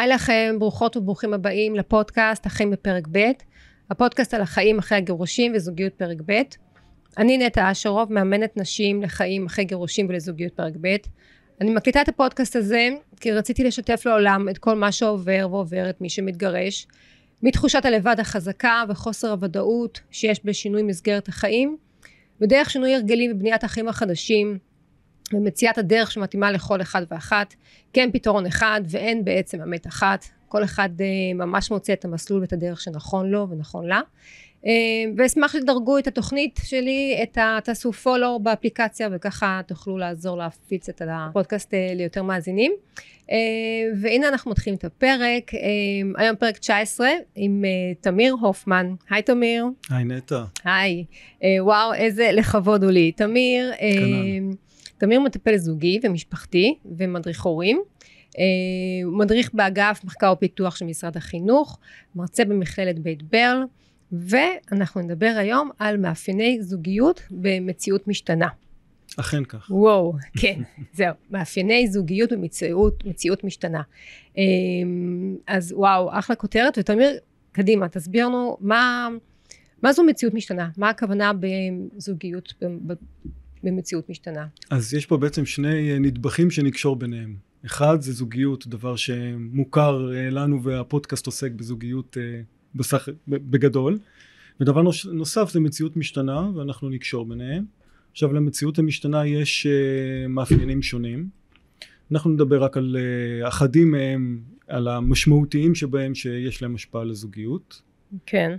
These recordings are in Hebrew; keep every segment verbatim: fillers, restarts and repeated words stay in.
היי לכם, ברוכות וברוכים הבאים לפודקאסט החיים בפרק ב', הפודקאסט על החיים אחרי הגירושים וזוגיות פרק ב'. אני נטע אשרוב, מאמנת נשים לחיים אחרי גירושים ולזוגיות פרק ב'. אני מקליטה את הפודקאסט הזה כי רציתי לשתף לעולם את כל מה שעובר ועוברת מי שמתגרש, מתחושת הלבד החזקה וחוסר הוודאות שיש בשינוי מסגרת החיים, בדרך שינוי הרגלים ובניית החיים החדשים, ומציאת הדרך שמתאימה לכל אחד ואחת, כן פתרון אחד ואין בעצם אמת אחת, כל אחד ממש מוצא את המסלול ואת הדרך שנכון לו ונכון לה, ואשמח שתדרגו את התוכנית שלי, את תעשו פולו באפליקציה וככה תוכלו לעזור להפיץ את הפודקאסט ליותר מאזינים. והנה אנחנו מתחילים את הפרק, היום פרק תשע עשרה עם תמיר הופמן. היי תמיר. היי נטע. היי, וואו איזה לכבוד הוא לי. תמיר, תמיר מטפל זוגי ומשפחתי ומדריך הורים, הוא מדריך באגף מחקר ופיתוח של משרד החינוך, מרצה במכללת בית ברל, ואנחנו נדבר היום על מאפייני זוגיות במציאות משתנה. אכן כך. וואו, כן, זהו, מאפייני זוגיות במציאות מציאות משתנה. אז וואו, אחלה כותרת, ותמיר, קדימה, תסביר לנו מה, מה זו מציאות משתנה, מה הכוונה בזוגיות במציאות משתנה. אז יש פה בעצם שני נדבכים שנקשור ביניהם. אחד זה זוגיות, דבר שמוכר לנו והפודקאסט עוסק בזוגיות בסך, בגדול, ודבר נוסף זה מציאות משתנה ואנחנו נקשור ביניהם. עכשיו למציאות המשתנה יש uh, מאפיינים שונים, אנחנו נדבר רק על uh, אחדים מהם, על המשמעותיים שבהם שיש להם השפעה על הזוגיות. כן.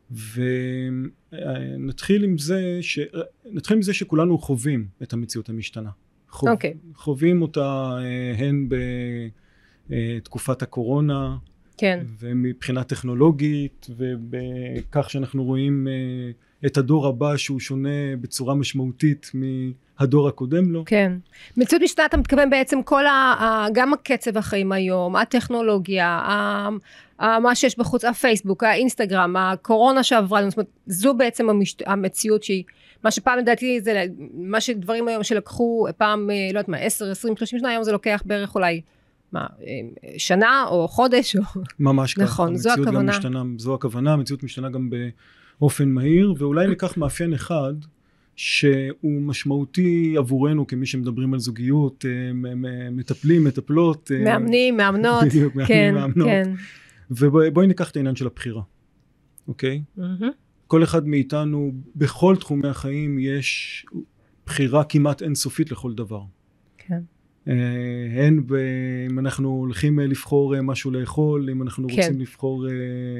ונתחיל עם זה, ש... נתחיל עם זה שכולנו חווים את המציאות המשתנה. חוב... Okay. חווים אותה uh, הן בתקופת הקורונה, כן. ומבחינה טכנולוגית, ובכך שאנחנו רואים uh, את הדור הבא שהוא שונה בצורה משמעותית מהדור הקודם לו. כן. מציאות משתנה, אתה מתכוון בעצם כל ה... גם הקצב החיים היום, הטכנולוגיה, ה... מה שיש בחוץ, הפייסבוק, האינסטגרם, הקורונה שעברה, זאת אומרת, זו בעצם המש... המציאות שהיא, מה שפעם לדעתי זה, מה שדברים היום שלקחו פעם, לא יודעת מה, עשר, עשרים, שלושים שנה, היום זה לוקח בערך אולי, מה, שנה או חודש, או... ממש ככה. נכון, זו הכוונה. משתנה, זו הכוונה, המציאות משתנה גם באופן מהיר, ואולי ניקח מאפיין אחד, שהוא משמעותי עבורנו, כמי שמדברים על זוגיות, מטפלים, מטפלות. מאמנים, מאמנות. בדיוק, מאמנים, כן, מאמנות. כן. ובואי ניקח את העניין של הבחירה, אוקיי? Mm-hmm. כל אחד מאיתנו, בכל תחומי החיים, יש בחירה כמעט אינסופית לכל דבר. כן. הן ב... אם אנחנו הולכים לבחור משהו לאכול, אם אנחנו כן. רוצים לבחור,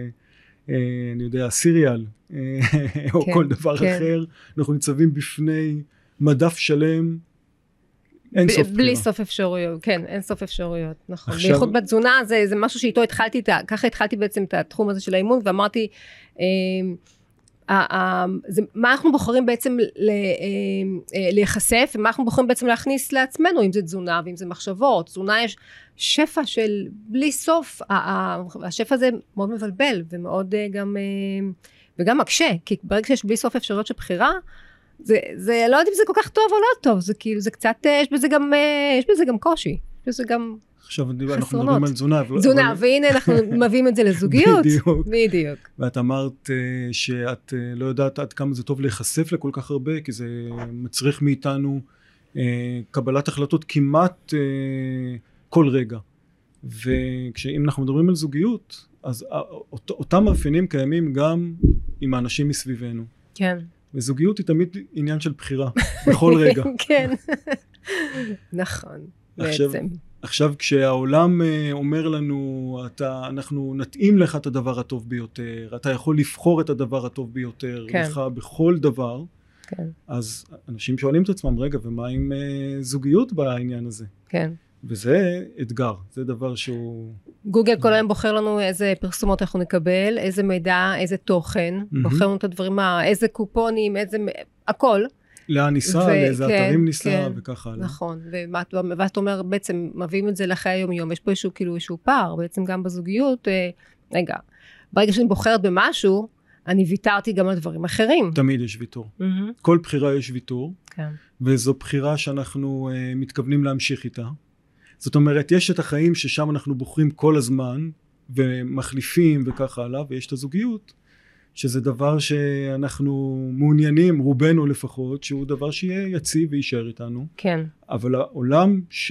אני יודע, סיריאל, או כן, כל דבר כן. אחר, אנחנו ניצבים בפני מדף שלם, אין סוף בחירה. בלי סוף אפשרויות, כן, אין סוף אפשרויות, נכון. עכשיו... בייחוד בתזונה, זה, זה משהו שאיתו התחלתי, ככה התחלתי בעצם את התחום הזה של האימון, ואמרתי, אה, אה, אה, זה, מה אנחנו בוחרים בעצם ל, אה, אה, להיחשף, ומה אנחנו בוחרים בעצם להכניס לעצמנו, אם זה תזונה ואם זה מחשבות. תזונה יש שפע של בלי סוף, אה, אה, השפע הזה מאוד מבלבל, ומאוד אה, גם, אה, וגם מקשה, כי ברגע שיש בלי סוף אפשרויות של בחירה, זה, זה, לא יודעת אם זה כל כך טוב או לא טוב, זה כאילו, זה קצת, יש בזה גם, יש בזה גם קושי, יש בזה גם עכשיו אנחנו מדברים על תזונה. תזונה, אבל... והנה אנחנו מביאים את זה לזוגיות. בדיוק. בדיוק. ואת אמרת uh, שאת uh, לא יודעת עד כמה זה טוב להיחשף לכל כך הרבה, כי זה מצריך מאיתנו uh, קבלת החלטות כמעט uh, כל רגע. וכשאם אנחנו מדברים על זוגיות, אז אות, אותם מאפיינים קיימים גם עם האנשים מסביבנו. כן. וזוגיות היא תמיד עניין של בחירה, בכל רגע. כן, נכון, עכשיו, בעצם. עכשיו כשהעולם אומר לנו, אתה, אנחנו נתאים לך את הדבר הטוב ביותר, אתה יכול לבחור את הדבר הטוב ביותר, כן. לך בכל דבר, כן. אז אנשים שואלים את עצמם, רגע, ומה עם uh, זוגיות בעניין הזה? כן. וזה אתגר, זה דבר שהוא... גוגל כל היום בוחר לנו איזה פרסומות אנחנו נקבל, איזה מידע, איזה תוכן, mm-hmm. בוחר לנו את הדברים, איזה קופונים, איזה... הכל. לאן ניסה, ו- לאיזה כן, אתרים ניסה, כן, וככה. נכון, ומה, ואת אומר, בעצם מביאים את זה לחיי היום-יום, יש פה איזשהו, כאילו, איזשהו פער, בעצם גם בזוגיות, אה, רגע, ברגע שאני בוחרת במשהו, אני ויתרתי גם על דברים אחרים. תמיד יש ויתור. Mm-hmm. כל בחירה יש ויתור, כן. וזו בחירה שאנחנו uh, מתכוונים להמשיך איתה. זאת אומרת, יש את החיים ששם אנחנו בוחרים כל הזמן, ומחליפים וכך הלאה, ויש את הזוגיות, שזה דבר שאנחנו מעוניינים, רובנו לפחות, שהוא דבר שיהיה יציב ויישאר איתנו. כן. אבל העולם ש,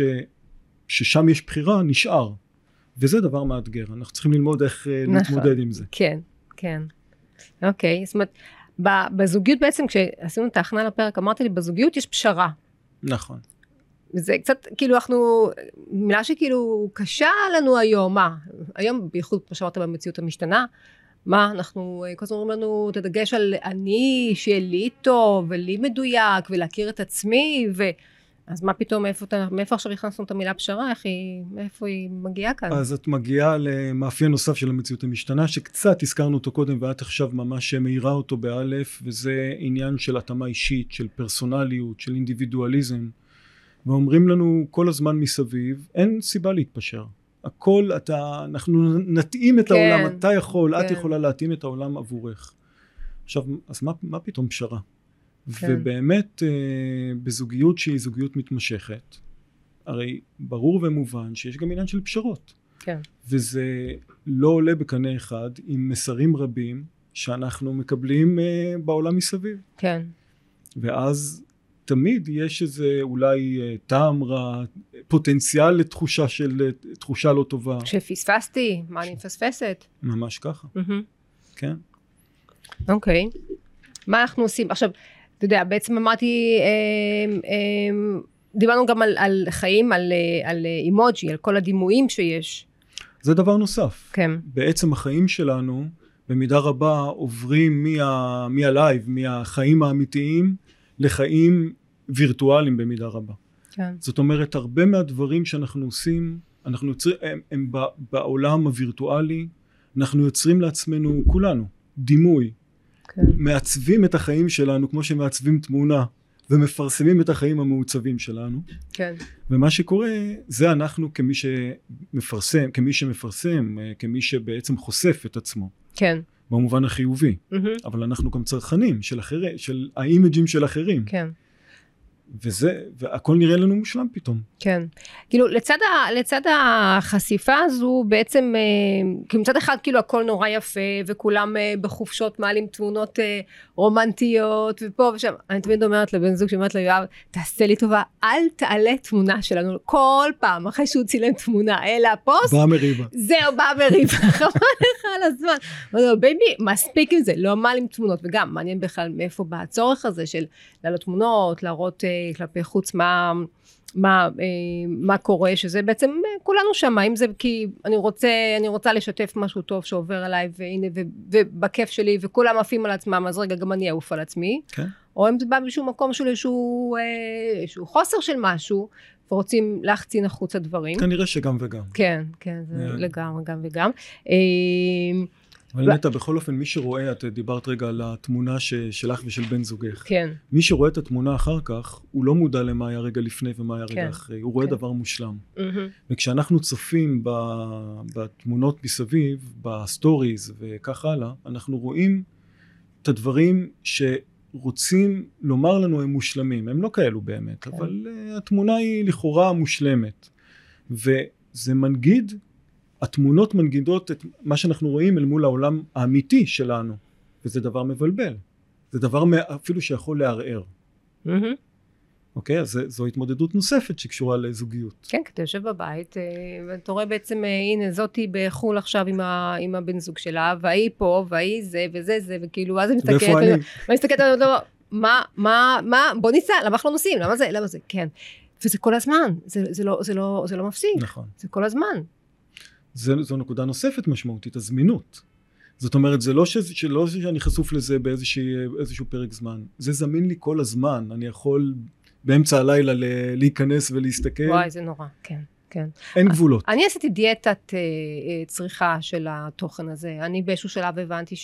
ששם יש בחירה נשאר, וזה דבר מאתגר. אנחנו צריכים ללמוד איך נכון. להתמודד עם זה. כן, כן. אוקיי, זאת אומרת, בזוגיות בעצם, כשעשינו את ההכנה לפרק, אמרתי לי, בזוגיות יש פשרה. נכון. וזה קצת, כאילו אנחנו, מילה שכאילו קשה לנו היום, מה? היום בייחוד, כמו שאמרת במציאות המשתנה, מה? אנחנו כל הזמן אומרים לנו, תדגש על אני, שיהיה לי טוב, ולי מדויק, ולהכיר את עצמי, ו... אז מה פתאום, מאיפה, מאיפה עכשיו הכנסנו את המילה פשרה? איך היא, מאיפה היא מגיעה כאן? אז את מגיעה למאפיין נוסף של המציאות המשתנה, שקצת הזכרנו אותו קודם, ואת עכשיו ממש מאירה אותו באלף, וזה עניין של התאמה אישית, של פרסונליות, של אינדיבידואליזם, ואומרים לנו כל הזמן מסביב, אין סיבה להתפשר. הכל, אתה, אנחנו נתאים את כן, העולם, אתה יכול, כן. את יכולה להתאים את העולם עבורך. עכשיו, אז מה, מה פתאום פשרה? כן. ובאמת, בזוגיות שהיא זוגיות מתמשכת, הרי ברור ומובן שיש גם עניין של פשרות. כן. וזה לא עולה בקנה אחד עם מסרים רבים שאנחנו מקבלים בעולם מסביב. כן. ואז תמיד יש איזה אולי טעם רע, פוטנציאל לתחושה של, תחושה לא טובה. שפספסתי, מה אני מפספסת? ממש ככה. Mm-hmm. כן. אוקיי. מה אנחנו עושים? עכשיו, אתה יודע, בעצם אמרתי, אה, אה, דיברנו גם על, על חיים, על, על אימוג'י, על כל הדימויים שיש. זה דבר נוסף. כן. בעצם החיים שלנו, במידה רבה, עוברים מה, מהלייב, מהחיים האמיתיים, לחיים וירטואליים במידה רבה. כן. זאת אומרת, הרבה מהדברים שאנחנו עושים, אנחנו יוצרים, הם, הם בעולם הווירטואלי, אנחנו יוצרים לעצמנו כולנו, דימוי. כן. מעצבים את החיים שלנו כמו שמעצבים תמונה, ומפרסמים את החיים המעוצבים שלנו. כן. ומה שקורה, זה אנחנו כמי שמפרסם, כמי שמפרסם, כמי שבעצם חושף את עצמו. כן. במובן החיובי. Mm-hmm. אבל אנחנו גם צרכנים של אחרים, של האימג'ים של אחרים. כן. וזה, והכל נראה לנו מושלם פתאום. כן. כאילו, לצד, ה, לצד החשיפה הזו, בעצם, כי מצד אחד, כאילו, הכל נורא יפה, וכולם בחופשות מעלים תמונות רומנטיות, ופה ושם. אני תמיד אומרת לבן זוג, שאומרת לו, יואב, תעשה לי טובה, אל תעלה תמונה שלנו, כל פעם, אחרי שהוא צילם תמונה, אלא הפוסט. בא מריבה. זהו, בא מריבה, חבל לך על הזמן. אמרתי לו, בייבי, מספיק עם זה, לא מעלים תמונות, וגם, מעניין בכלל מאיפה בא הצורך הזה, של להעלות תמונות, להראות כלפי חוץ מה, מה, מה קורה, שזה בעצם כולנו שם, אם זה כי אני רוצה, אני רוצה לשתף משהו טוב שעובר עליי, והנה, ובכיף שלי, וכולם עפים על עצמם, אז רגע, גם אני אעוף על עצמי, כן. או אם זה בא בשום מקום של איזשהו, איזשהו חוסר של משהו, ורוצים להחצין החוץ הדברים. כנראה שגם וגם. כן, כן, זה לגמרי, גם וגם. אבל נטע, בכל אופן, מי שרואה, את דיברת רגע על התמונה שלך ושל בן זוגך. כן. מי שרואה את התמונה אחר כך, הוא לא מודע למה היה רגע לפני ומה היה רגע אחרי. הוא רואה דבר מושלם. וכשאנחנו צופים בתמונות מסביב, בסטוריז וכך הלאה, אנחנו רואים את הדברים שרוצים לומר לנו הם מושלמים. הם לא כאלו באמת, אבל התמונה היא לכאורה מושלמת. וזה מנגיד, התמונות מנגידות את מה שאנחנו רואים אל מול העולם האמיתי שלנו, וזה דבר מבלבל. זה דבר אפילו שיכול לערער. אוקיי, אז זו התמודדות נוספת שקשורה לזוגיות. כן, כי אתה יושב בבית, ואתה רואה בעצם, הנה, זאתי בחול עכשיו עם הבן זוג שלה, והיא פה, והיא זה, וזה זה, וכאילו, אז אני מסתכלת, ואני מסתכלת, מה, מה, מה, בוא ניסע, למה אנחנו לא נוסעים, למה זה, למה זה, כן. וזה כל הזמן, זה לא מפסיק. נכון. זה כל הזמן. זו נקודה נוספת משמעותית, הזמינות. זאת אומרת, זה לא, ש, שלא שאני חשוף לזה באיזשהו פרק זמן. זה זמין לי כל הזמן. אני יכול באמצע הלילה להיכנס ולהסתכל. וואי, זה נורא, כן, כן. אין גבולות. אני עשיתי דיאטת צריכה של התוכן הזה. אני באיזשהו שלב הבנתי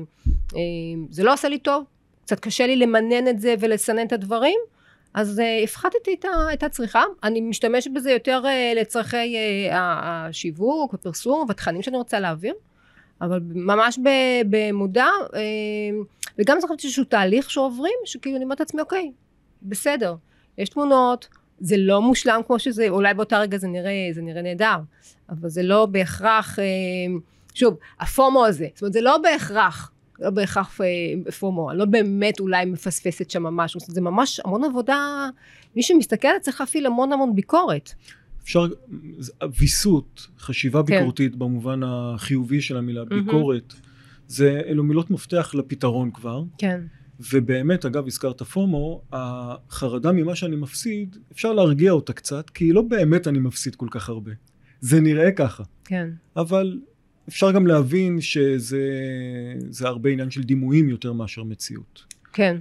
שזה לא עשה לי טוב. קצת קשה לי למנן את זה ולסנן את הדברים. אז uh, הפחתתי את, ה, את הצריכה, אני משתמשת בזה יותר uh, לצרכי uh, השיווק, הפרסום והתכנים שאני רוצה להעביר, אבל ממש במודע, uh, וגם זכרתי איזשהו תהליך שעוברים, שכאילו אני אומרת לעצמי, אוקיי, בסדר, יש תמונות, זה לא מושלם כמו שזה, אולי באותה רגע זה נראה, זה נראה נהדר, אבל זה לא בהכרח, שוב, הפומו הזה, זאת אומרת, זה לא בהכרח, לא בהכרח פומו, אני לא באמת אולי מפספסת שם משהו, זה ממש המון עבודה, מי שמסתכל צריך להפעיל המון המון ביקורת. אפשר, ויסות, חשיבה ביקורתית כן. במובן החיובי של המילה, ביקורת, זה אלו מילות מפתח לפתרון כבר. כן. ובאמת, אגב, הזכרת פומו, החרדה ממה שאני מפסיד, אפשר להרגיע אותה קצת, כי לא באמת אני מפסיד כל כך הרבה. זה נראה ככה. כן. אבל אפשר גם להבין שזה זה הרבה עניין של דימויים יותר מאשר מציאות. כן.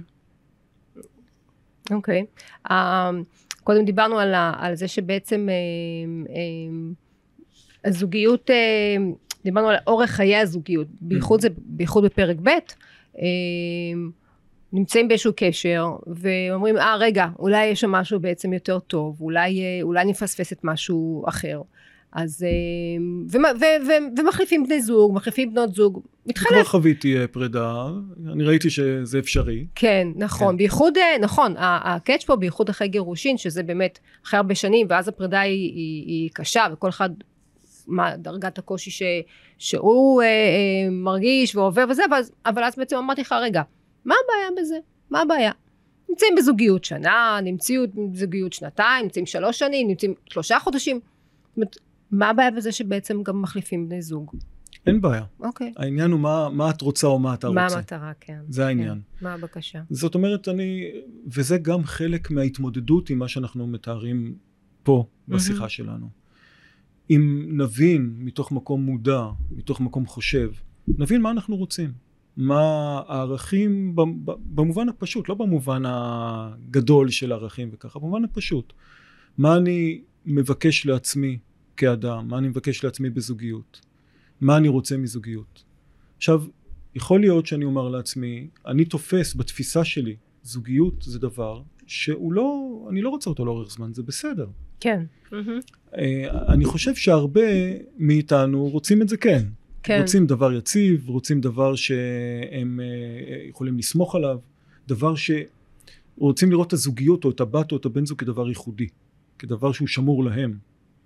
אוקיי. Okay. Um, קודם דיברנו על, ה, על זה שבעצם um, um, הזוגיות, um, דיברנו על אורך חיי הזוגיות, בייחוד, זה, בייחוד בפרק ב', um, נמצאים באיזשהו קשר, ואומרים, אה, רגע, אולי יש שם משהו בעצם יותר טוב, אולי, אולי נפספס את משהו אחר. אז, ו, ו, ו, ומחליפים בני זוג, מחליפים בנות זוג, מתחלף. כבר חוויתי פרידה, אני ראיתי שזה אפשרי. כן, נכון, כן. בייחוד, נכון, הקאץ' פה בייחוד אחרי גירושין, שזה באמת אחרי הרבה שנים, ואז הפרידה היא, היא, היא קשה, וכל אחד, מה דרגת הקושי ש, שהוא אה, אה, מרגיש ועובר וזה, אבל, אבל אז בעצם אמרתי לך, רגע, מה הבעיה בזה? מה הבעיה? נמצאים בזוגיות שנה, נמצאים בזוגיות שנתיים, נמצאים שלוש שנים, נמצאים שלושה חודשים. זאת אומרת, מה הבעיה בזה שבעצם גם מחליפים בני זוג? אין בעיה. אוקיי. העניין הוא מה, מה את רוצה או מה אתה רוצה. מה המטרה, כן. זה העניין. כן. מה הבקשה? זאת אומרת, אני, וזה גם חלק מההתמודדות עם מה שאנחנו מתארים פה בשיחה שלנו. אם נבין מתוך מקום מודע, מתוך מקום חושב, נבין מה אנחנו רוצים. מה הערכים במובן הפשוט, לא במובן הגדול של הערכים וככה, במובן הפשוט. מה אני מבקש לעצמי כאדם, מה אני מבקש לעצמי בזוגיות, מה אני רוצה מזוגיות. עכשיו, יכול להיות שאני אומר לעצמי, אני תופס בתפיסה שלי, זוגיות זה דבר שהוא לא, אני לא רוצה אותו לאורך זמן, זה בסדר. כן. אני חושב שהרבה מאיתנו רוצים את זה כן. כן. רוצים דבר יציב, רוצים דבר שהם יכולים לסמוך עליו, דבר שרוצים לראות את הזוגיות או את הבת או את הבן זוג כדבר ייחודי, כדבר שהוא שמור להם.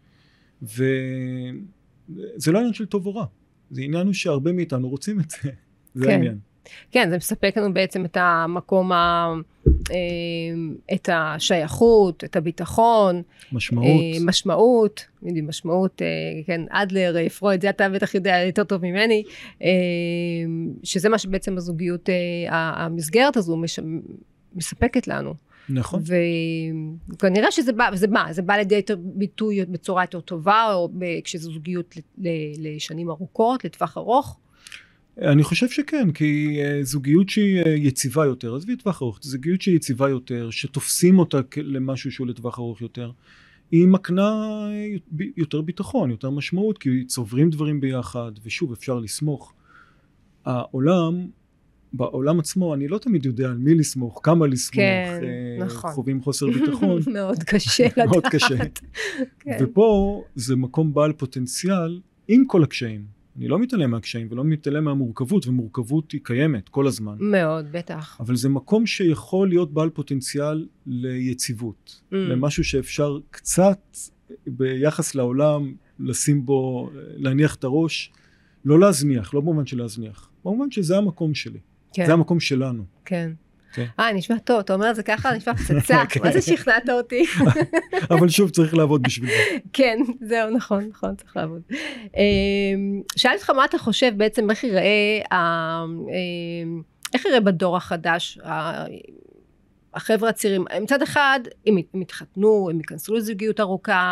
וזה לא עניין של טוב או רע, זה עניין הוא שהרבה מאיתנו רוצים את זה, זה כן. העניין. כן, זה מספק לנו בעצם את המקום, ה, את השייכות, את הביטחון. משמעות. משמעות, משמעות, כן, אדלר, פרויד, זה אתה בטח יודע יותר טוב ממני, שזה מה שבעצם הזוגיות, המסגרת הזו מספקת לנו. נכון. וכנראה שזה בא, זה בא, זה בא לידי יותר ביטוי בצורה יותר טובה, או כשזו זוגיות לשנים ארוכות, לטווח ארוך. אני חושב שכן, כי זוגיות שהיא יציבה יותר, אז לטווח ארוך, זוגיות שהיא יציבה יותר, שתופסים אותה למשהו שהוא לטווח ארוך יותר, היא מקנה יותר ביטחון, יותר משמעות, כי צוברים דברים ביחד, ושוב אפשר לסמוך. העולם, בעולם עצמו, אני לא תמיד יודע על מי לסמוך, כמה לסמוך, כן, נכון. חווים חוסר ביטחון. מאוד קשה לדעת. מאוד קשה. ופה זה מקום בעל פוטנציאל עם כל הקשיים. אני לא מתעלם מהקשיים ולא מתעלם מהמורכבות, ומורכבות היא קיימת כל הזמן. מאוד, בטח. אבל זה מקום שיכול להיות בעל פוטנציאל ליציבות, mm. למשהו שאפשר קצת ביחס לעולם לשים בו, להניח את הראש, לא להזניח, לא במובן של להזניח, במובן שזה המקום שלי, כן. זה המקום שלנו. כן. אה, נשמע טוב, אתה אומר את זה ככה, נשמע פצצה, מה זה שכנעת אותי? אבל שוב, צריך לעבוד בשביל זה. כן, זהו, נכון, נכון, צריך לעבוד. שאלתי אותך מה אתה חושב בעצם, איך ייראה, איך ייראה בדור החדש, החבר'ה הצעירים, מצד אחד, הם התחתנו, הם ייכנסו לזוגיות ארוכה,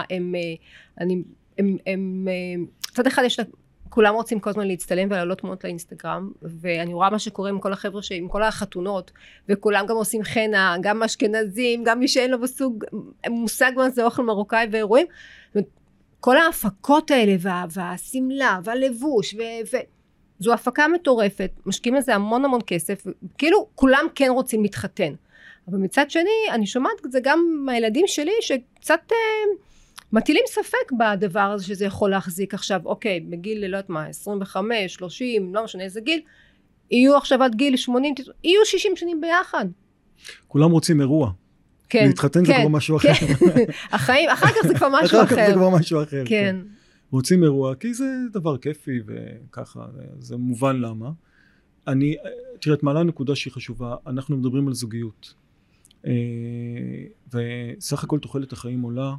הם, מצד אחד יש לה, כולם רוצים כל הזמן להצטלם ולעלות תמונות לאינסטגרם, ואני רואה מה שקורה עם כל החבר'ה, עם כל החתונות, וכולם גם עושים חנה, גם אשכנזים, גם מי שאין לו בסוג, מושג מה זה אוכל מרוקאי ואירועים, כל ההפקות האלה, וה, והסמלה, והלבוש, ו, ו, זו הפקה מטורפת, משקיעים לזה המון המון כסף, כאילו כולם כן רוצים להתחתן, אבל מצד שני, אני שומעת את זה גם מהילדים שלי, שקצת מטילים ספק בדבר הזה שזה יכול להחזיק עכשיו, אוקיי, בגיל, לא יודעת מה, עשרים וחמש, שלושים, לא משנה איזה גיל, יהיו עכשיו עד גיל שמונים, יהיו שישים שנים ביחד. כולם רוצים אירוע. כן, להתחתן זה כבר משהו אחר. החיים, אחר כך זה כבר משהו אחר. אחר כך זה כבר משהו אחר. כן. רוצים אירוע, כי זה דבר כיפי וככה, זה מובן למה. אני, תראה, את מעלה נקודה שהיא חשובה, אנחנו מדברים על זוגיות. וסך הכל תוחלת החיים עולה,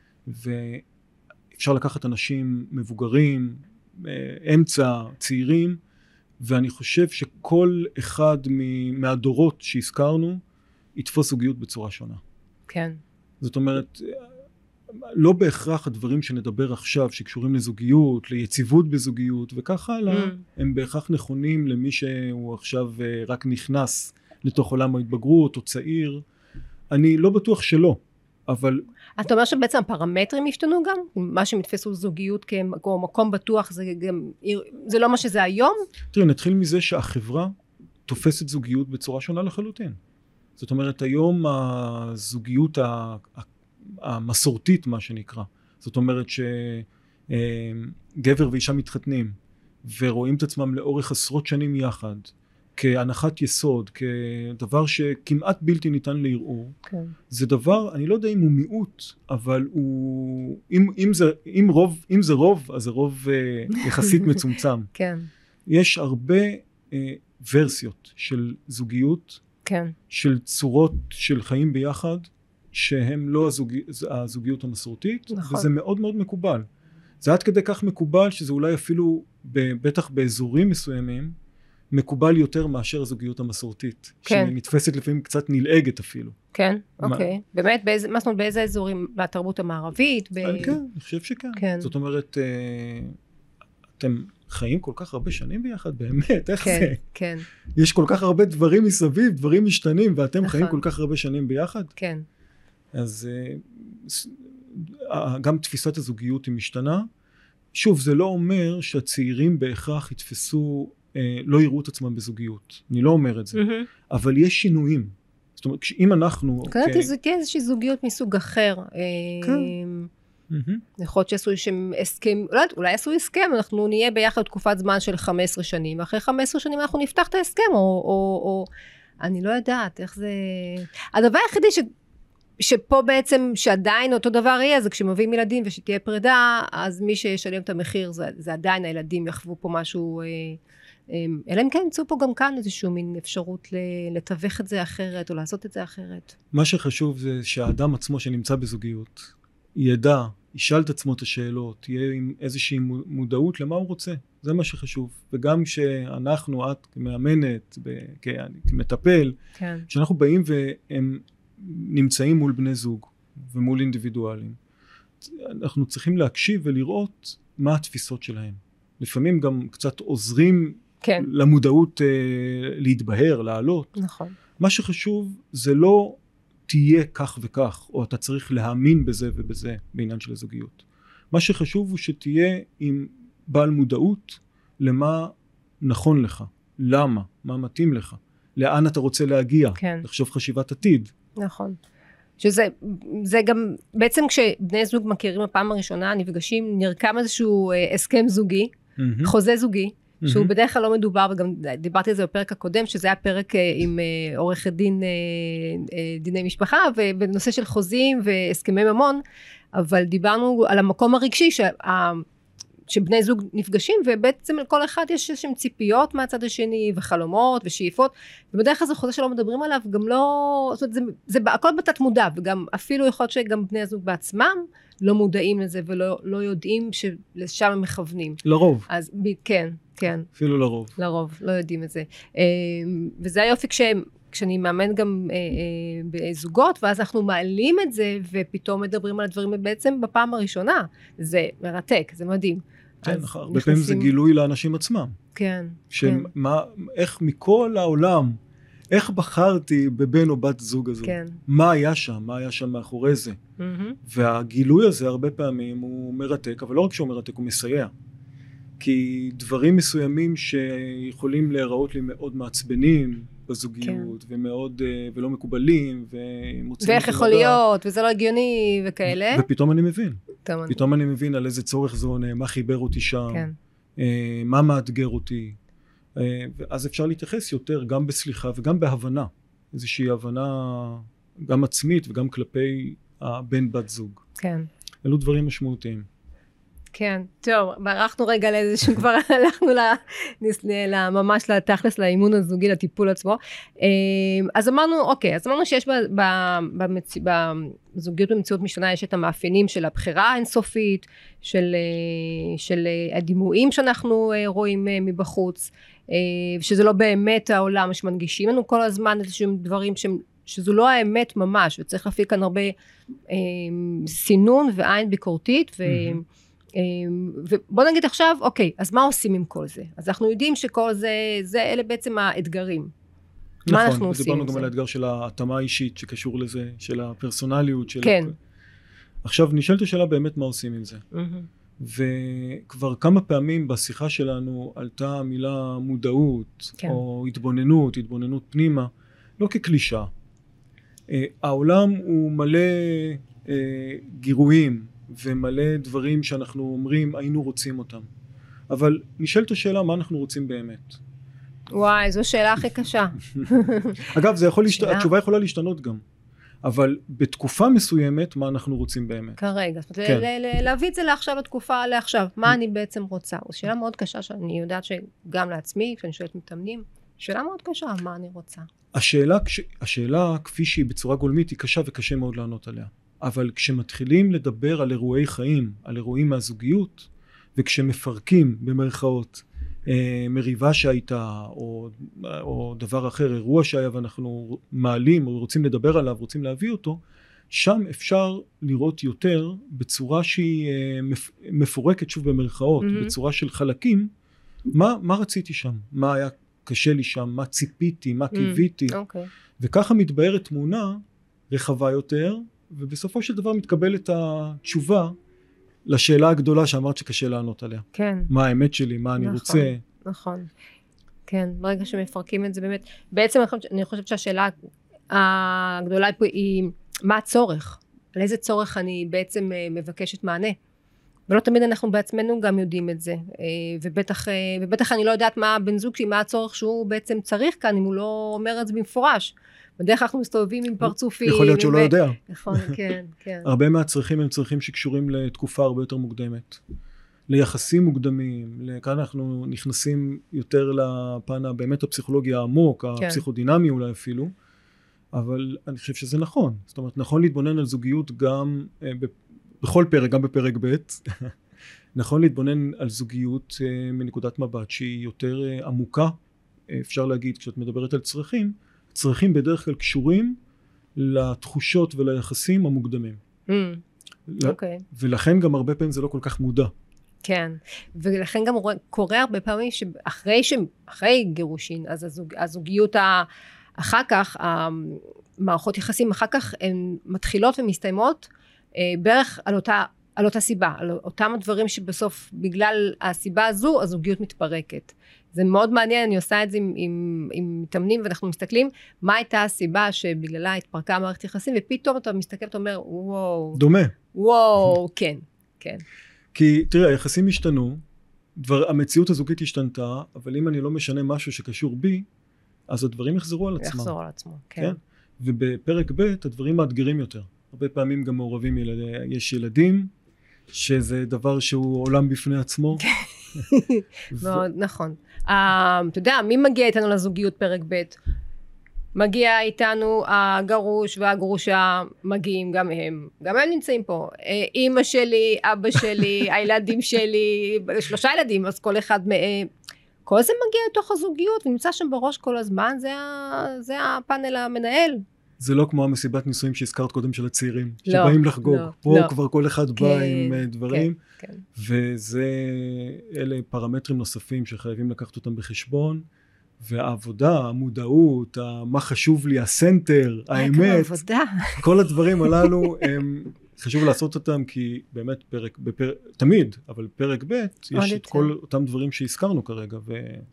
ואפשר לקחת אנשים מבוגרים, אמצע, צעירים, ואני חושב שכל אחד מהדורות שהזכרנו, יתפוס זוגיות בצורה שונה. כן. זאת אומרת, לא בהכרח הדברים שנדבר עכשיו, שקשורים לזוגיות, ליציבות בזוגיות, וכך הלאה, mm. הם בהכרח נכונים למי שהוא עכשיו רק נכנס לתוך עולם ההתבגרות, או צעיר. אני לא בטוח שלא, אבל... אתה אומר שבעצם הפרמטרים השתנו גם? מה שמתפסו זוגיות כמקום בטוח, זה גם... זה לא מה שזה היום? תראה, נתחיל מזה שהחברה תופסת זוגיות בצורה שונה לחלוטין. זאת אומרת, היום הזוגיות המסורתית, מה שנקרא, זאת אומרת שגבר ואישה מתחתנים, ורואים את עצמם לאורך עשרות שנים יחד, כהנחת יסוד, כדבר שכמעט בלתי ניתן לערעור. כן. זה דבר, אני לא יודע אם הוא מיעוט, אבל הוא, אם, אם זה, אם רוב, אם זה רוב, אז זה רוב יחסית מצומצם. כן. יש הרבה ורסיות של זוגיות, כן. של צורות של חיים ביחד, שהם לא הזוג... הזוגיות המסורתית, נכון. וזה מאוד מאוד מקובל. זה עד כדי כך מקובל, שזה אולי אפילו, בטח באזורים מסוימים, מקובל יותר מאשר הזוגיות המסורתית. כן. שנתפסת לפעמים קצת נלעגת אפילו. כן, מה... אוקיי. באמת, באיזה, מה זאת אומרת, באיזה אזורים, בתרבות המערבית? ב... כן, אני חושב שכן. כן. זאת אומרת, אתם... חיים כל כך הרבה שנים ביחד, באמת, איך כן, זה? כן. יש כל כך הרבה דברים מסביב, דברים משתנים, ואתם נכון. חיים כל כך הרבה שנים ביחד? כן. אז גם תפיסת הזוגיות היא משתנה. שוב, זה לא אומר שהצעירים בהכרח יתפסו, לא יראו את עצמם בזוגיות. אני לא אומר את זה. Mm-hmm. אבל יש שינויים. זאת אומרת, אם אנחנו... קראתי, זה תהיה איזושהי זוגיות מסוג אחר. כן. יכול להיות שעשו איזשהם הסכם, אולי עשו הסכם, אנחנו נהיה ביחד תקופת זמן של חמש עשרה שנים, ואחרי חמש עשרה שנים אנחנו נפתח את ההסכם, או, או, או, אני לא יודעת איך זה... הדבר היחידי ש, שפה בעצם, שעדיין אותו דבר יהיה, זה כשמביאים ילדים ושתהיה פרידה, אז מי שישלם את המחיר, זה, זה עדיין הילדים יחוו פה משהו, אלא אם כן ימצאו פה גם כאן איזשהו מין אפשרות לתווך את זה אחרת, או לעשות את זה אחרת. מה שחשוב זה שהאדם עצמו שנמצא בזוגיות, ידע, ישאל את עצמו את השאלות, יהיה עם איזושהי מודעות למה הוא רוצה. זה מה שחשוב. וגם שאנחנו, את כמאמנת, כמטפל, כן. שאנחנו באים והם נמצאים מול בני זוג ומול אינדיבידואלים, אנחנו צריכים להקשיב ולראות מה התפיסות שלהם. לפעמים גם קצת עוזרים כן. למודעות להתבהר, לעלות. נכון. מה שחשוב זה לא... תהיה כך וכך, או אתה צריך להאמין בזה ובזה בעניין של הזוגיות. מה שחשוב הוא שתהיה עם בעל מודעות למה נכון לך, למה, מה מתאים לך, לאן אתה רוצה להגיע, כן. לחשוב חשיבת עתיד. נכון. שזה זה גם, בעצם כשבני זוג מכירים הפעם הראשונה, נפגשים, נרקם איזשהו הסכם זוגי, mm-hmm. חוזה זוגי, שהוא בדרך כלל לא מדובר, וגם דיברתי על זה בפרק הקודם, שזה היה פרק עם עורכת דין, דיני משפחה, ובנושא של חוזים והסכמי ממון, אבל דיברנו על המקום הרגשי, שה, שבני זוג נפגשים, ובעצם לכל אחד יש איזשהם ציפיות מהצד השני, וחלומות ושאיפות, ובדרך כלל זה חוזה שלא מדברים עליו, גם לא, זאת אומרת, זה, זה הכל בתת מודע, וגם אפילו יכול להיות שגם בני הזוג בעצמם, לא מודעים לזה, ולא לא יודעים שלשם הם מכוונים. לרוב. אז כן, כן. אפילו לרוב. לרוב, לא יודעים את זה. וזה היופי כשהם, כשאני מאמן גם אה, אה, בזוגות, ואז אנחנו מעלים את זה, ופתאום מדברים על הדברים בעצם בפעם הראשונה. זה מרתק, זה מדהים. כן, נכון. הרבה פעמים זה גילוי לאנשים עצמם. כן. שמה, כן. איך מכל העולם, איך בחרתי בבן או בת זוג הזו? כן. מה היה שם? מה היה שם מאחורי זה? Mm-hmm. והגילוי הזה הרבה פעמים הוא מרתק, אבל לא רק שהוא מרתק, הוא מסייע. כי דברים מסוימים שיכולים להיראות לי מאוד מעצבנים, בזוגיות, כן. ומאוד, ולא מקובלים, ואיך יכול להיות, וזה לא הגיוני, וכאלה. ופתאום אני מבין. פתאום אני מבין על איזה צורך זה עונה, מה חיבר אותי שם, כן. מה מאתגר אותי. ואז אפשר להתייחס יותר גם בסליחה וגם בהבנה. איזושהי הבנה גם עצמית וגם כלפי הבן בת זוג. כן. אלו דברים משמעותיים. כן, טוב, ברחנו רגע לאיזשהו, כבר הלכנו ממש לתכלס, לאימון הזוגי, לטיפול עצמו. אז אמרנו, אוקיי, אז אמרנו שיש בזוגיות במציאות משתנה, יש את המאפיינים של הבחירה האינסופית, של הדימויים שאנחנו רואים מבחוץ, שזה לא באמת העולם שמנגישים לנו כל הזמן איזשהם דברים שזו לא האמת ממש, וצריך להפעיל כאן הרבה סינון ועין ביקורתית, ו... ובוא נגיד עכשיו, אוקיי, אז מה עושים עם כל זה? אז אנחנו יודעים שכל זה, זה אלה בעצם האתגרים. נכון, מה אנחנו עושים עם זה? ודיברנו גם על האתגר של ההתאמה האישית שקשור לזה, של הפרסונליות. של כן. עכשיו, נשאלת השאלה באמת מה עושים עם זה. וכבר כמה פעמים בשיחה שלנו עלתה המילה מודעות, כן. או התבוננות, התבוננות פנימה, לא כקלישה. העולם הוא מלא גירויים, ומלא דברים שאנחנו אומרים היינו רוצים אותם, אבל נשאלת השאלה מה אנחנו רוצים באמת. וואי, זו שאלה הכי קשה. אגב, זה יכול להשת... התשובה יכולה להשתנות גם, אבל בתקופה מסוימת מה אנחנו רוצים באמת. כרגע, זאת אומרת, כן. להביא את זה לעכשיו לתקופה, לעכשיו, מה אני בעצם רוצה? זו שאלה מאוד קשה שאני יודעת שגם לעצמי, כשאני שואלת מתאמנים, שאלה מאוד קשה, מה אני רוצה? השאלה, השאלה כפי שהיא בצורה גולמית היא קשה וקשה מאוד לענות עליה. אבל כשמתחילים לדבר על אירועי חיים, על אירועים מהזוגיות, וכשמפרקים במרכאות מריבה שהייתה, או, או דבר אחר, אירוע שהיה ואנחנו מעלים, או רוצים לדבר עליו, רוצים להביא אותו, שם אפשר לראות יותר בצורה שהיא מפורקת, שוב במרכאות, mm-hmm. בצורה של חלקים, מה, מה רציתי שם, מה היה קשה לי שם, מה ציפיתי, מה קיוויתי, mm-hmm. okay. וככה מתבהרת תמונה רחבה יותר, ובסופו של דבר מתקבלת התשובה לשאלה הגדולה שאמרת שקשה לענות עליה. כן. מה האמת שלי, מה אני נכון, רוצה. נכון, כן. ברגע שמפרקים את זה באמת, בעצם אני חושבת שהשאלה הגדולה פה היא, מה הצורך? על איזה צורך אני בעצם מבקשת מענה? ולא תמיד אנחנו בעצמנו גם יודעים את זה, ובטח, ובטח אני לא יודעת מה בן זוג שלי, מה הצורך שהוא בעצם צריך כאן, אם הוא לא אומר את זה במפורש. בדרך אנחנו מסתובבים עם פרצופים. יכול להיות שהוא לא יודע. נכון, כן, כן. הרבה מהצרכים הם צרכים שקשורים לתקופה הרבה יותר מוקדמת. ליחסים מוקדמים, כאן אנחנו נכנסים יותר לפן הבאמת הפסיכולוגי העמוק, הפסיכודינמי אולי אפילו, אבל אני חושב שזה נכון. זאת אומרת, נכון להתבונן על זוגיות גם בכל פרק, גם בפרק ב', נכון להתבונן על זוגיות מנקודת מבט שהיא יותר עמוקה, אפשר להגיד, כשאת מדברת על צרכים, צרכים בדרך כלל קשורים לתחושות וליחסים המוקדמים. Mm, אוקיי. ולכן גם הרבה פעמים זה לא כל כך מודע. כן, ולכן גם קורה הרבה פעמים שאחרי אחרי גירושין, אז הזוג, הזוגיות אחר כך, המערכות יחסים אחר כך הן מתחילות ומסתיימות בערך על אותה, על אותה סיבה, על אותם הדברים שבסוף בגלל הסיבה הזו הזוגיות מתפרקת. זה מאוד מעניין, אני עושה את זה עם, עם, עם מתאמנים ואנחנו מסתכלים מה הייתה הסיבה שבגללה התפרקה מערכת יחסים, ופתאום אתה מסתכל ואתה אומר וואו. דומה. וואו, כן, כן. כי תראה, היחסים השתנו, דבר, המציאות הזוגית השתנתה, אבל אם אני לא משנה משהו שקשור בי, אז הדברים יחזרו על עצמם. יחזרו על עצמו, כן. כן? ובפרק ב' הדברים מאתגרים יותר. הרבה פעמים גם מעורבים ילד, יש ילדים, שזה דבר שהוא עולם בפני עצמו. מאוד, נכון. אתה יודע, מי מגיע איתנו לזוגיות פרק ב'? מגיע איתנו הגרוש והגרושה, מגיעים גם הם. גם הם נמצאים פה. אמא שלי, אבא שלי, הילדים שלי, שלושה ילדים, אז כל אחד מהם. כל זה מגיע לתוך הזוגיות, ונמצא שם בראש כל הזמן, זה, זה הפאנל המנהל. זה לא כמו המסיבת נישואים שהזכרת קודם של הצעירים, לא, שבאים לחגוג. לא, פה לא. כבר כל אחד כן, בא עם דברים, כן, כן. וזה, אלה פרמטרים נוספים שחייבים לקחת אותם בחשבון, והעבודה, המודעות, מה חשוב לי, הסנטר, האמת, כל הדברים הללו, הם, חשוב לעשות אותם, כי באמת פרק, בפרק, תמיד, אבל פרק ב' יש את כל אותם דברים שהזכרנו כרגע. ו...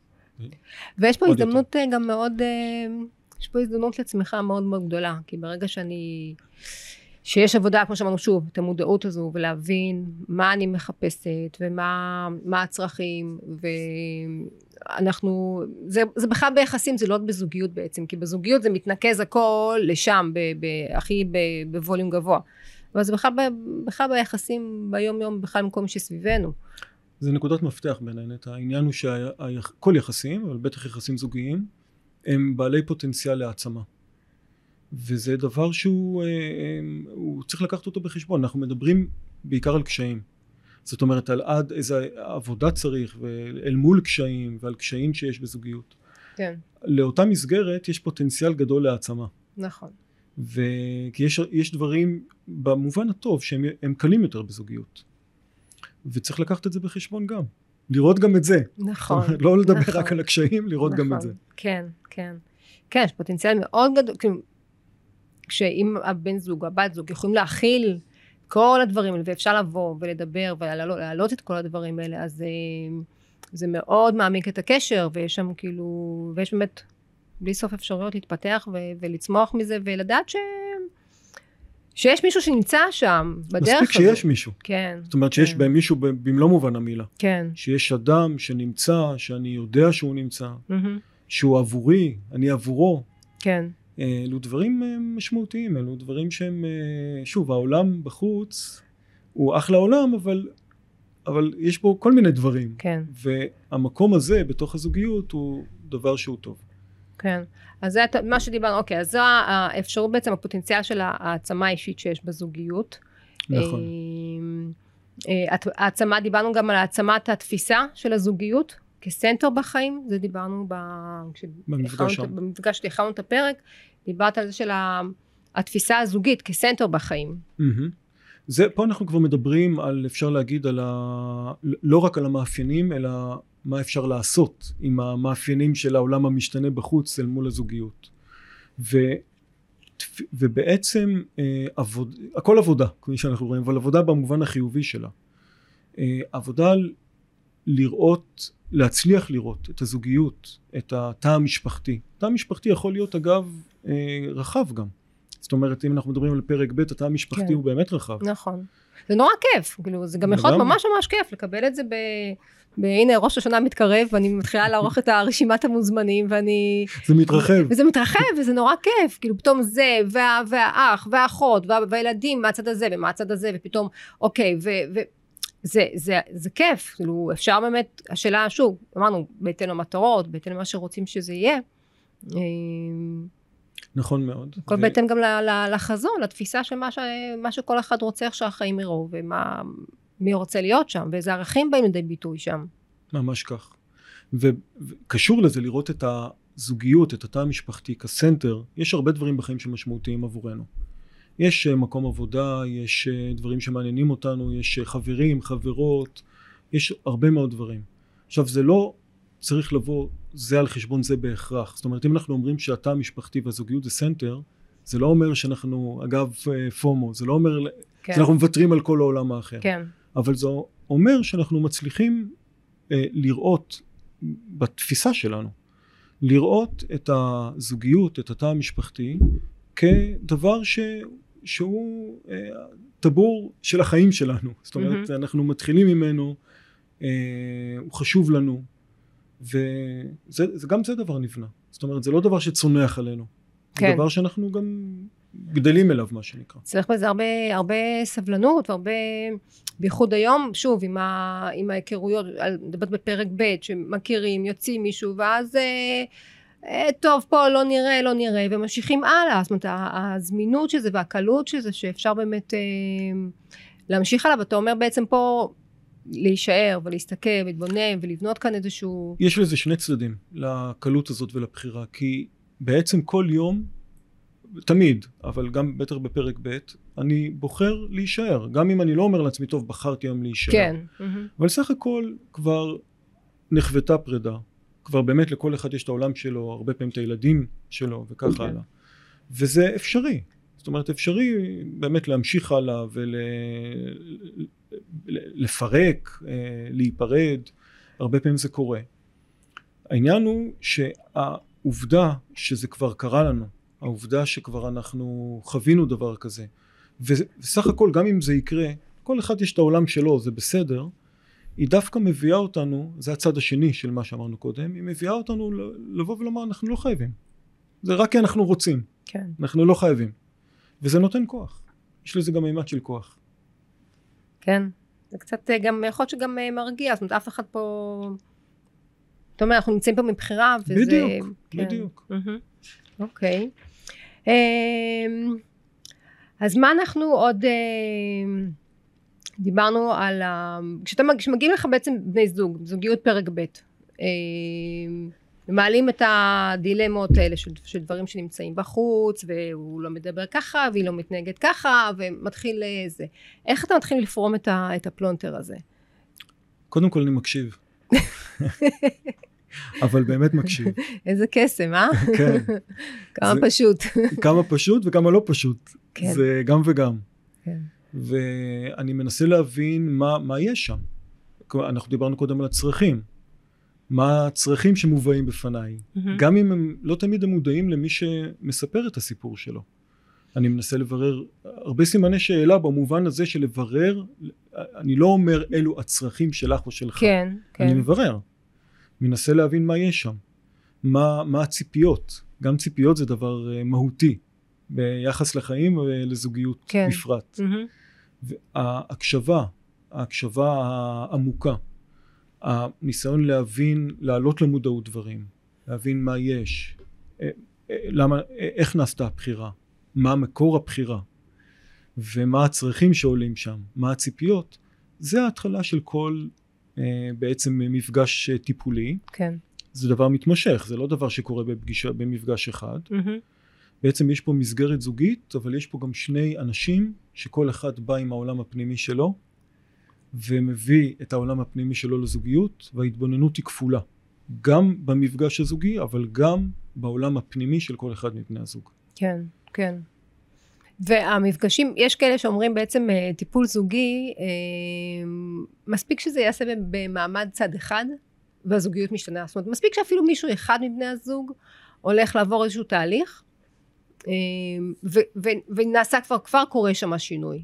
ויש פה הזדמנות יותר. גם מאוד... יש פה הזדמנות לצמיחה מאוד מאוד גדולה, כי ברגע שאני, שיש עבודה, כמו שאמרנו שוב, את המודעות הזו, ולהבין מה אני מחפשת, ומה מה הצרכים, ואנחנו, זה, זה בכלל ביחסים, זה לא בזוגיות בעצם, כי בזוגיות זה מתנקז הכל לשם, ב, ב, הכי ב, בווליום גבוה. אבל זה בכלל, בכלל ביחסים, ביום יום, בכלל במקום שסביבנו. זה נקודת מפתח בינינו. העניין הוא שכל יחסים, אבל בטח יחסים זוגיים, הם בעלי פוטנציאל להעצמה. וזה דבר שהוא הוא צריך לקחת אותו בחשבון. אנחנו מדברים בעיקר על קשיים. זאת אומרת, על עד איזה עבודה צריך, ואל מול קשיים, ועל קשיים שיש בזוגיות. כן. לאותה מסגרת יש פוטנציאל גדול להעצמה. נכון. וכי יש, יש דברים במובן הטוב שהם הם קלים יותר בזוגיות. וצריך לקחת את זה בחשבון גם. לראות גם את זה. נכון. לא לדבר נכון. רק על הקשיים, לראות נכון. גם את זה. כן, כן. כן, יש פוטנציאל מאוד גדול, כאילו, כשאם הבן זוג, הבת זוג, יכולים להכיל כל הדברים האלה, ואפשר לבוא ולדבר ולהעלות את כל הדברים האלה, אז זה מאוד מעמיק את הקשר, ויש שם כאילו, ויש באמת בלי סוף אפשרויות להתפתח ו- ולצמוח מזה, ולדעת ש... שיש מישהו שנמצא שם, בדרך הזו. מספיק שיש מישהו. כן. זאת אומרת שיש כן. בהם מישהו במלוא מובן המילה. כן. שיש אדם שנמצא, שאני יודע שהוא נמצא, Mm-hmm. שהוא עבורי, אני עבורו. כן. אלו דברים משמעותיים, אלו דברים שהם, שוב, העולם בחוץ הוא אחלה עולם, אבל, אבל יש בו כל מיני דברים. כן. והמקום הזה בתוך הזוגיות הוא דבר שהוא טוב. כן. אז זה מה שדיברנו, אוקיי, אז זו האפשרות בעצם, הפוטנציאל של העצמה האישית שיש בזוגיות. נכון. העצמה, דיברנו גם על העצמת התפיסה של הזוגיות, כסנטר בחיים, זה דיברנו במפגש שם. במפגש שהכנו את הפרק, דיברת על זה של התפיסה הזוגית כסנטר בחיים. זה, פה אנחנו כבר מדברים על, אפשר להגיד, על ה, לא רק על המאפיינים, אלא מה אפשר לעשות עם המאפיינים של העולם המשתנה בחוץ אל מול הזוגיות. ו, ובעצם עבוד, הכל עבודה, כמו שאנחנו רואים, אבל עבודה במובן החיובי שלה. עבודה על לראות, להצליח לראות את הזוגיות, את התא המשפחתי. התא המשפחתי יכול להיות אגב רחב גם. זאת אומרת, אם אנחנו מדברים על פרק ב', התא המשפחתי כן. הוא באמת רחב. נכון. זה נורא כיף, כאילו, זה גם יכול להיות ממש ממש כיף, לקבל את זה ב... והנה, ראש השנה מתקרב, ואני מתחילה לערוך את הרשימת המוזמנים, ואני... זה מתרחב. וזה מתרחב, וזה נורא כיף, כאילו, פתאום זה, וה, והאח, והאחות, וה, והילדים מהצד הזה, ומהצד הזה, ופתאום, אוקיי, ו... ו זה, זה, זה כיף, כאילו, אפשר באמת, השאלה, שוב, אמרנו, בהתאם למטרות, בהתאם למה שרוצים שזה יהיה. נכון מאוד. הכל ו... בהתאם גם לחזון, לתפיסה של מה, ש... מה שכל אחד רוצה איך שהחיים יראו, ומה, מי רוצה להיות שם, ואיזה ערכים באים לידי ביטוי שם. ממש כך. ו... וקשור לזה לראות את הזוגיות, את התא המשפחתי כסנטר, יש הרבה דברים בחיים שמשמעותיים עבורנו. יש מקום עבודה, יש דברים שמעניינים אותנו, יש חברים, חברות, יש הרבה מאוד דברים. עכשיו זה לא צריך לבוא זה על חשבון זה בהכרח. זאת אומרת, אם אנחנו אומרים שהתא המשפחתי והזוגיות זה סנטר, זה לא אומר שאנחנו, אגב פומו, זה לא אומר כן. שאנחנו מוותרים על כל העולם האחר. כן. אבל זה אומר שאנחנו מצליחים אה, לראות בתפיסה שלנו, לראות את הזוגיות, את התא המשפחתי, כדבר ש... שהוא אה, טבור של החיים שלנו. זאת אומרת, mm-hmm. אנחנו מתחילים ממנו, אה, הוא חשוב לנו, וזה גם זה דבר נבנה. זאת אומרת, זה לא דבר שצונח עלינו. כן. זה דבר שאנחנו גם גדלים אליו, מה שנקרא. צריך בזה הרבה, הרבה סבלנות, והרבה, בייחוד היום, שוב, עם, ה, עם ההיכרויות, מדברת בפרק ב' שמכירים, יוצאים מישהו, ואז... אה, טוב, פה לא נראה, לא נראה, וממשיכים הלאה. זאת אומרת, הזמינות של זה והקלות של זה, שאפשר באמת אה, להמשיך עליו, אתה אומר בעצם פה להישאר ולהסתכל ולהתבונן ולבנות כאן איזשהו... יש לזה שני צדדים, לקלות הזאת ולבחירה, כי בעצם כל יום, תמיד, אבל גם בטח בפרק ב', אני בוחר להישאר, גם אם אני לא אומר לעצמי, טוב, בחרתי היום להישאר. כן. אבל סך הכל כבר נחוותה פרידה. כבר באמת לכל אחד יש את העולם שלו, הרבה פעמים את הילדים שלו וכך הלאה. וזה אפשרי. זאת אומרת, אפשרי באמת להמשיך הלאה ולפרק, להיפרד. הרבה פעמים זה קורה. העניין הוא שהעובדה שזה כבר קרה לנו, העובדה שכבר אנחנו חווינו דבר כזה, וסך הכל גם אם זה יקרה, כל אחד יש את העולם שלו, זה בסדר, היא דווקא מביאה אותנו, זה הצד השני של מה שאמרנו קודם, היא מביאה אותנו לבוא ולומר, אנחנו לא חייבים. זה רק כי אנחנו רוצים. כן. אנחנו לא חייבים. וזה נותן כוח. יש לזה גם מימד של כוח. כן. זה קצת גם, יכול להיות שגם מרגיע, זאת אומרת, אף אחד פה... זאת אומרת, אנחנו נמצאים פה מבחירה, וזה... בדיוק, כן. בדיוק. אוקיי. אז מה אנחנו עוד... דיברנו על ה... כשאתה, כשמגיעים לך בעצם בני זוג, זוגיות פרק ב', מעלים את הדילמות האלה של, של דברים שנמצאים בחוץ, והוא לא מדבר ככה, והיא לא מתנהגת ככה, ומתחיל זה. איך אתה מתחיל לפרום את, ה, את הפלונטר הזה? קודם כל אני מקשיב. אבל באמת מקשיב. איזה קסם, אה? כן. כמה זה, פשוט. כמה פשוט וכמה לא פשוט. כן. זה גם וגם. כן. ואני מנסה להבין מה, מה יש שם. אנחנו דיברנו קודם על הצרכים. מה הצרכים שמובאים בפניי. Mm-hmm. גם אם הם לא תמיד הם מודעים למי שמספר את הסיפור שלו. אני מנסה לברר הרבה סימני שאלה במובן הזה של לברר, אני לא אומר אלו הצרכים שלך או שלך. כן, כן. אני מברר. מנסה להבין מה יש שם. מה, מה הציפיות. גם ציפיות זה דבר uh, מהותי. ביחס לחיים ולזוגיות כן. בפרט. Mm-hmm. וההקשבה, ההקשבה העמוקה. הניסיון להבין, להעלות למודעות דברים, להבין מה יש, למה, איך נעשתה הבחירה, מה מקור הבחירה, ומה הצרכים שעולים שם, מה הציפיות, זה ההתחלה של כל בעצם מפגש טיפולי. כן. זה דבר מתמשך, זה לא דבר שקורה בפגישה, במפגש אחד. Mm-hmm. בעצם יש פה מסגרת זוגית, אבל יש פה גם שני אנשים, שכל אחד בא עם העולם הפנימי שלו, ומביא את העולם הפנימי שלו לזוגיות, וההתבוננות היא כפולה. גם במפגש הזוגי, אבל גם בעולם הפנימי של כל אחד מבני הזוג. כן, כן. והמפגשים, יש כאלה שאומרים בעצם טיפול זוגי, מספיק שזה יעשה במעמד צד אחד, והזוגיות משתנה. זאת אומרת, מספיק שאפילו מישהו אחד מבני הזוג, הולך לעבור איזשהו תהליך, ונעשה כבר, כבר קורה שם השינוי.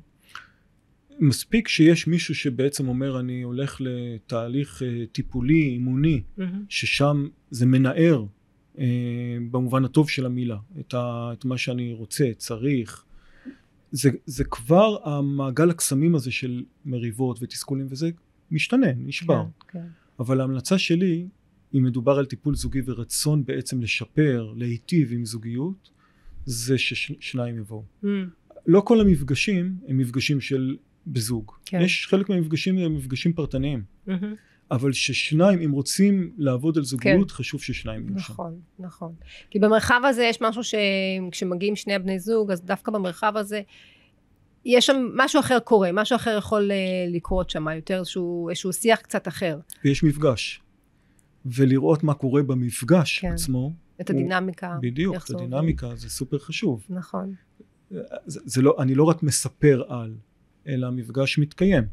מספיק שיש מישהו שבעצם אומר אני הולך לתהליך טיפולי, אימוני, mm-hmm. ששם זה מנער אה, במובן הטוב של המילה, את, ה, את מה שאני רוצה, צריך. זה, זה כבר המעגל הקסמים הזה של מריבות ותסכולים, וזה משתנה, נשבר. כן, כן. אבל ההמלצה שלי, אם מדובר על טיפול זוגי ורצון בעצם לשפר, להיטיב עם זוגיות, זה ששניים יבואו. Mm. לא כל המפגשים הם מפגשים של בזוג. כן. יש חלק מהמפגשים הם מפגשים פרטניים. Mm-hmm. אבל ששניים, אם רוצים לעבוד על זוגיות, כן. חשוב ששניים יהיו שם. נכון, נכון. כי במרחב הזה יש משהו שכשמגיעים שני בני זוג, אז דווקא במרחב הזה, יש שם משהו אחר קורה, משהו אחר יכול לקרות שם, יותר איזשהו, איזשהו שיח קצת אחר. ויש מפגש. ולראות מה קורה במפגש כן. עצמו. את הדינמיקה. בדיוק, את הדינמיקה, זה סופר חשוב. נכון. זה, זה לא, אני לא רק מספר על, אלא המפגש מתקיים.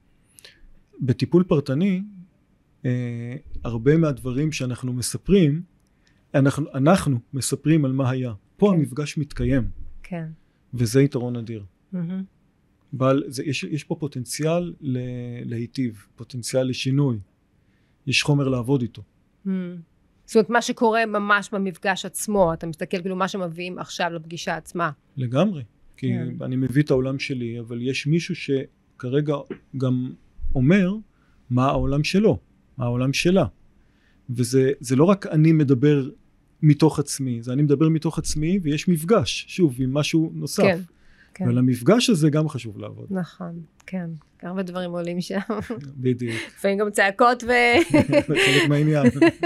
בטיפול פרטני, אה, הרבה מהדברים שאנחנו מספרים, אנחנו, אנחנו מספרים על מה היה. פה כן. המפגש מתקיים. כן. וזה יתרון אדיר. Mm-hmm. אבל זה, יש, יש פה פוטנציאל ל, להיטיב, פוטנציאל לשינוי. יש חומר לעבוד איתו. Mm. זאת אומרת, מה שקורה ממש במפגש עצמו, אתה מסתכל כאילו מה שמביאים עכשיו לפגישה עצמה. לגמרי. כי כן. אני מביא את העולם שלי, אבל יש מישהו שכרגע גם אומר מה העולם שלו, מה העולם שלה. וזה זה לא רק אני מדבר מתוך עצמי, זה אני מדבר מתוך עצמי ויש מפגש, שוב, עם משהו נוסף. כן, כן. ולמפגש הזה גם חשוב לעבוד. נכון, כן. הרבה דברים עולים שם. בדיוק. לפעמים גם צעקות ו... חלק מהעניין.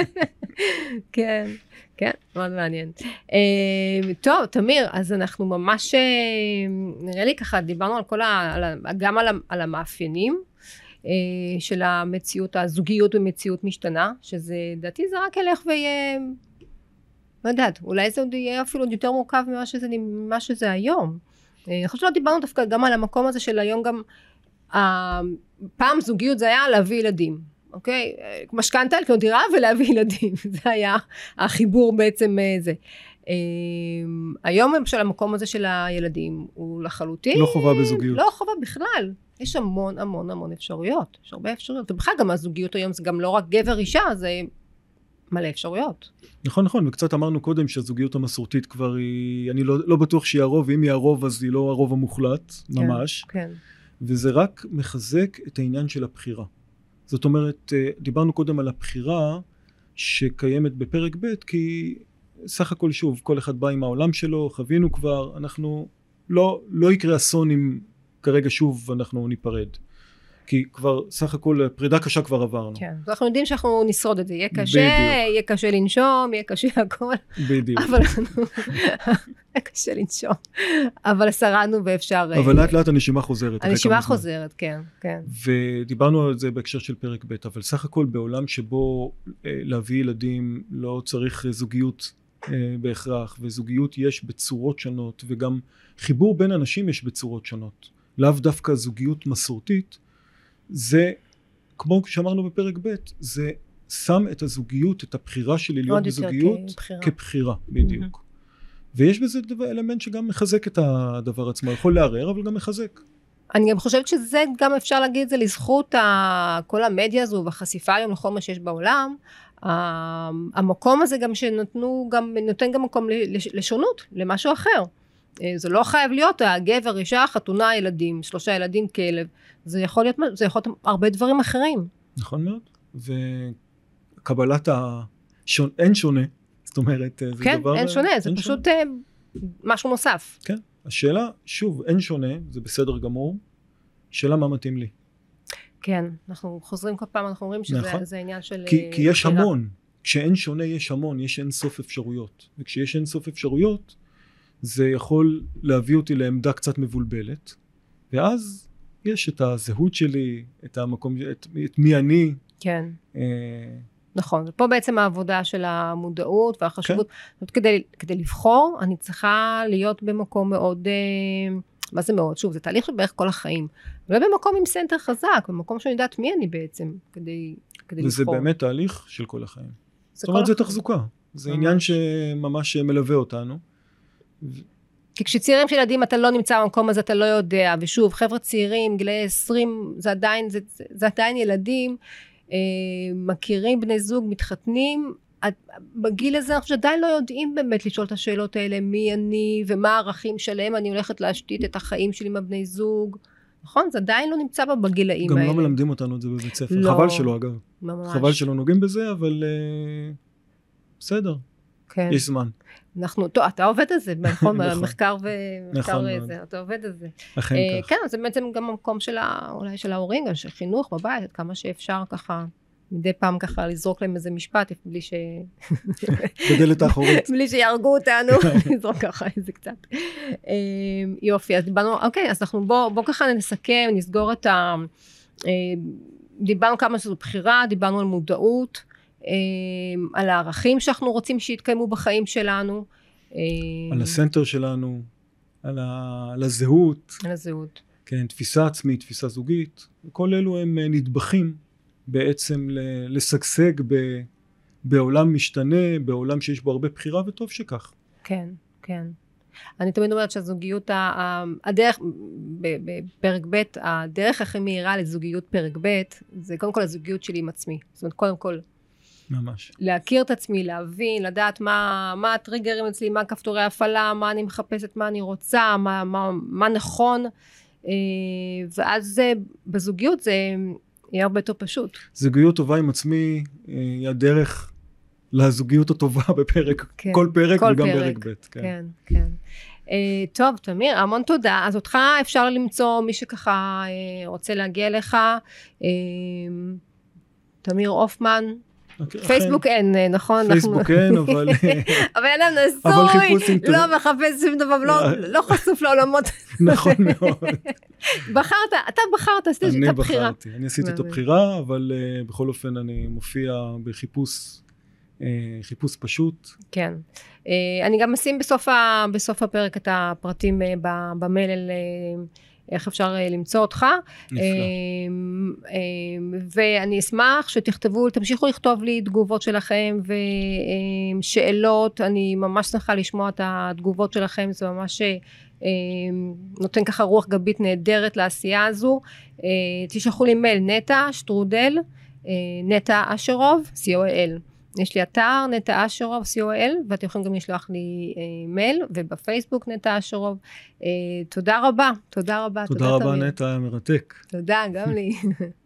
כן, כן, מאוד מעניין. טוב, תמיר, אז אנחנו ממש, נראה לי ככה, דיברנו על כל ה... גם על המאפיינים של המציאות, הזוגיות במציאות משתנה, שזה, דעתי זה רק ילך ויהיה, לא יודעת, אולי זה עוד יהיה אפילו עוד יותר מורכב ממה שזה, ממה שזה היום. אני חושבת שלא דיברנו דווקא גם על המקום הזה של היום גם, פעם זוגיות זה היה להביא ילדים, אוקיי? משכנתה, לקנות דירה ולהביא ילדים, זה היה החיבור בעצם זה. היום למשל המקום הזה של הילדים, הוא לחלוטין. לא חובה בזוגיות. לא חובה בכלל. יש המון המון המון אפשרויות. יש הרבה אפשרויות. ובכלל גם הזוגיות היום זה גם לא רק גבר אישה, זה מלא אפשרויות. נכון, נכון. וקצת אמרנו קודם שהזוגיות המסורתית כבר היא, אני לא, לא בטוח שהיא הרוב, ואם היא הרוב אז היא לא הרוב המוחלט, ממש. כן, כן. וזה רק מחזק את העניין של הבחירה. זאת אומרת, דיברנו קודם על הבחירה שקיימת בפרק ב', כי סך הכל שוב, כל אחד בא עם העולם שלו, חווינו כבר, אנחנו, לא, לא יקרה אסון אם כרגע שוב אנחנו ניפרד. כי כבר סך הכל פרידה קשה כבר עברנו. כן, אנחנו יודעים שאנחנו נשרוד את זה, יהיה קשה, יהיה קשה לנשום, יהיה קשה הכל. בדיוק. אבל אנחנו, יהיה קשה לנשום. אבל שרדנו ואפשר... אבל לאט לאט הנשימה חוזרת. הנשימה חוזרת, כן, כן. ודיברנו על זה בהקשר של פרק ב', אבל סך הכל בעולם שבו להביא ילדים לא צריך זוגיות בהכרח, וזוגיות יש בצורות שונות, וגם חיבור בין אנשים יש בצורות שונות. לאו דווקא זוגיות מסורתית, זה, כמו שאמרנו בפרק ב', זה שם את הזוגיות, את הבחירה שלי להיות בזוגיות כבחירה, כבחירה בדיוק. Mm-hmm. ויש בזה דבר, אלמנט שגם מחזק את הדבר עצמו, יכול לערער, אבל גם מחזק. אני גם חושבת שזה גם אפשר להגיד את זה לזכות ה... כל המדיה הזו והחשיפה היום לכל מה שיש בעולם, המקום הזה גם שנתנו, גם, נותן גם מקום לשונות, למשהו אחר. זה לא חייב להיות הגבר, אישה, חתונה, ילדים, שלושה ילדים, כלב. זה יכול להיות, זה יכול להיות הרבה דברים אחרים. נכון מאוד. וקבלת השונה, אין שונה. זאת אומרת, זה כן, דבר... כן, אין שונה. זה אין פשוט שונה. משהו נוסף. כן. השאלה, שוב, אין שונה, זה בסדר גמור. שאלה מה מתאים לי. כן. אנחנו חוזרים כל פעם, אנחנו אומרים שזה נכון. זה עניין של... כי, כי יש המון. כשאין שונה, יש המון. יש אין סוף אפשרויות. וכשיש אין סוף אפשרויות, זה יכול להביא אותי לעמדה קצת מבולבלת, ואז יש את הזהות שלי, את המקום, את, את מי אני. כן. אה... נכון, ופה בעצם העבודה של המודעות והחשיבות. כן. כדי, כדי לבחור, אני צריכה להיות במקום מאוד, אה, מה זה מאוד? שוב, זה תהליך בערך כל החיים. ולא במקום עם סנטר חזק, במקום שאני יודעת מי אני בעצם, כדי, כדי וזה לבחור. וזה באמת תהליך של כל החיים. זאת אומרת, זה תחזוקה. זה ממש. עניין שממש מלווה אותנו. כי כשצעירים של ילדים אתה לא נמצא במקום הזה, אתה לא יודע, ושוב, חבר'ה צעירים, גילי עשרים, זה עדיין, זה, זה עדיין ילדים, אה, מכירים בני זוג, מתחתנים, בגיל הזה אנחנו עדיין לא יודעים באמת לשאול את השאלות האלה, מי אני, ומה הערכים שלהם, אני הולכת להשתית את החיים שלי עם הבני זוג, נכון? זה עדיין לא נמצא בגילאים גם האלה. גם לא מלמדים אותנו את זה בבית ספר, לא, חבל שלא אגב, ממש. חבל שלא נוגעים בזה, אבל אה, בסדר, כן. יש זמן. אנחנו, טוב, אתה עובד על זה, נכון, במחקר ומחקר זה, אתה עובד על זה. אכן כך. כן, זה בעצם גם המקום של, אולי של ההורים, של חינוך בבית, כמה שאפשר ככה, מדי פעם ככה לזרוק להם איזה משפט, בלי ש... בדלת האחורית. בלי שירגו אותנו, לזרוק ככה איזה קצת. יופי, אז דיברנו, אוקיי, אז אנחנו בוא ככה נסכם, נסגור את ה... דיברנו כמה שזו בחירה, דיברנו על מודעות, על הערכים שאנחנו רוצים שיתקיימו בחיים שלנו. על הסנטר שלנו, על, ה... על הזהות. על הזהות. כן, תפיסה עצמית, תפיסה זוגית. כל אלו הם נדבכים בעצם לשגשג ב... בעולם משתנה, בעולם שיש בו הרבה בחירה, וטוב שכך. כן, כן. אני תמיד אומרת שהזוגיות, הדרך, בפרק ב', הדרך הכי מהירה לזוגיות פרק ב', זה קודם כל הזוגיות שלי עם עצמי. זאת אומרת, קודם כל, ממש. להכיר את עצמי, להבין, לדעת מה, מה הטריגרים אצלי, מה כפתורי הפעלה, מה אני מחפשת, מה אני רוצה, מה, מה, מה נכון, ואז בזוגיות זה יהיה הרבה יותר פשוט. זוגיות טובה עם עצמי היא הדרך לזוגיות הטובה בפרק, כן, כל פרק כל וגם פרק ב'. כן, כן. כן. Uh, טוב, תמיר, המון תודה. אז אותך אפשר למצוא מי שככה uh, רוצה להגיע לך, uh, תמיר אופמן, פייסבוק אין, נכון? פייסבוק אין, אבל... אבל אין לנו נשוי, לא מחפש שום דבר, לא חשוף לעולמות. נכון מאוד. בחרת, אתה בחרת, עשית את הבחירה. אני בחרתי, אני עשיתי את הבחירה, אבל בכל אופן אני מופיע בחיפוש, חיפוש פשוט. כן. אני גם אשים בסוף הפרק את הפרטים במייל איך אפשר למצוא אותך. נפלא. ואני אשמח שתכתבו, תמשיכו לכתוב לי תגובות שלכם ושאלות, אני ממש שמחה לשמוע את התגובות שלכם, זה ממש נותן ככה רוח גבית נהדרת לעשייה הזו. תשלחו לי מייל נטע שטרודל נטע אשרוב סי או אל, יש לי אתר נטע אשרוב סי או אל, ואתם יכולים גם לשלוח לי מייל, ובפייסבוק נטע אשרוב. תודה רבה, תודה רבה. תודה רבה נטע, היה מרתק. תודה, גם לי.